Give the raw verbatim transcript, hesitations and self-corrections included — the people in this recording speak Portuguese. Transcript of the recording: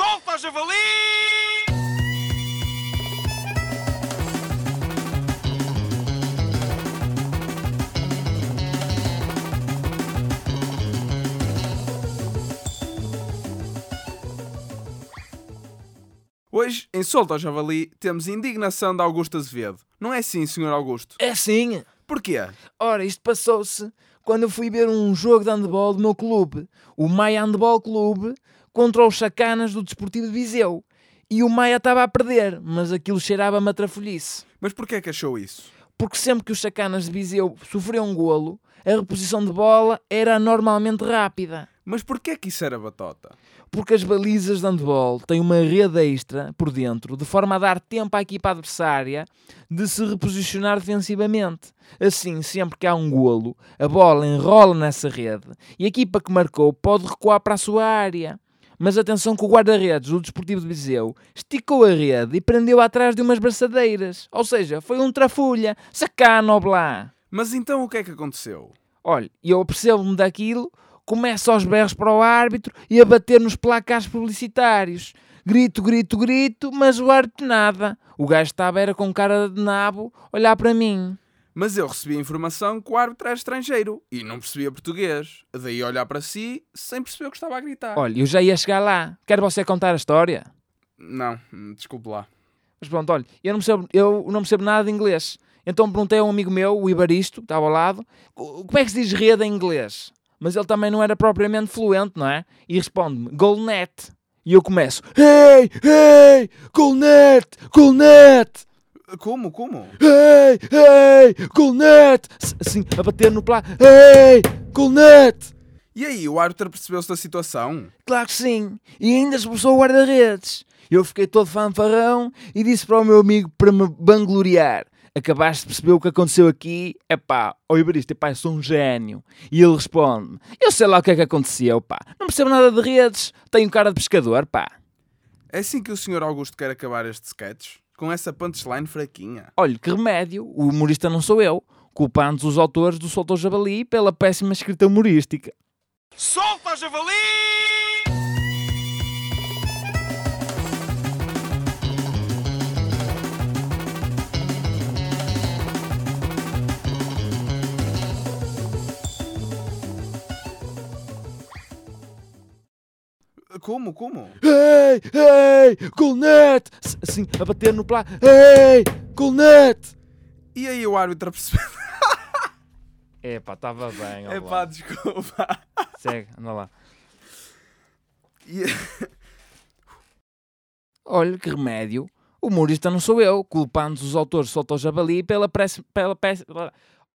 Solta o javali! Hoje, em Solta o Javali, temos indignação de Augusto Azevedo. Não é assim, senhor Augusto? É sim. Porquê? Ora, isto passou-se quando eu fui ver um jogo de handball do meu clube, o Maia Handball Clube, contra os Sacanas do Desportivo de Viseu. E o Maia estava a perder, mas aquilo cheirava-me a trafolhice. Mas porquê é que achou isso? Porque sempre que os Sacanas de Viseu sofriam um golo, a reposição de bola era anormalmente rápida. Mas porquê é que isso era batota? Porque as balizas de handball têm uma rede extra por dentro, de forma a dar tempo à equipa adversária de se reposicionar defensivamente. Assim, sempre que há um golo, a bola enrola nessa rede e a equipa que marcou pode recuar para a sua área. Mas atenção que o guarda-redes do Desportivo de Viseu esticou a rede e prendeu atrás de umas braçadeiras. Ou seja, foi um trafulha, sacana ou blá. Mas então o que é que aconteceu? Olha, eu percebo-me daquilo, começo aos berros para o árbitro e a bater nos placares publicitários. Grito, grito, grito, mas o árbitro nada. O gajo estava era com cara de nabo olhar para mim. Mas eu recebi a informação que o árbitro era estrangeiro e não percebia português. Daí olhar para si sem perceber o que estava a gritar. Olha, eu já ia chegar lá. Quer você contar a história? Não, desculpe lá. Mas pronto, olha, eu não percebo, eu não percebo nada de inglês. Então perguntei a um amigo meu, o Ibaristo, que estava ao lado, como é que se diz rede em inglês? Mas ele também não era propriamente fluente, não é? E responde-me, Goalnet. E eu começo, hey, hey, Goalnet, Goalnet. Como, como? Hey, hey, Goalnet. Assim, a bater no plá, hey, Goalnet. E aí, o árbitro percebeu-se da situação? Claro que sim. E ainda expulsou o guarda-redes. Eu fiquei todo fanfarrão e disse para o meu amigo para me vangloriar. Acabaste de perceber o que aconteceu aqui? Epá, ó Ibarista, epá, eu sou um gênio. E ele responde, eu sei lá o que é que aconteceu, pá. Não percebo nada de redes, tenho cara de pescador, pá. É assim que o senhor Augusto quer acabar este sketch? Com essa punchline fraquinha? Olha, que remédio, o humorista não sou eu. Culpando-os os autores do Solta o Javali pela péssima escrita humorística. Solta o javali! Como, como? Hey, hey, Goalnet! Assim, a bater no plá, hey, Goalnet! E aí o árbitro percebeu? Epá, estava bem, ó. Epá, desculpa. Segue, anda lá. E... Olha, que remédio. O humorista não sou eu, culpando os autores do Solta o Javali pela, pressa, pela peça...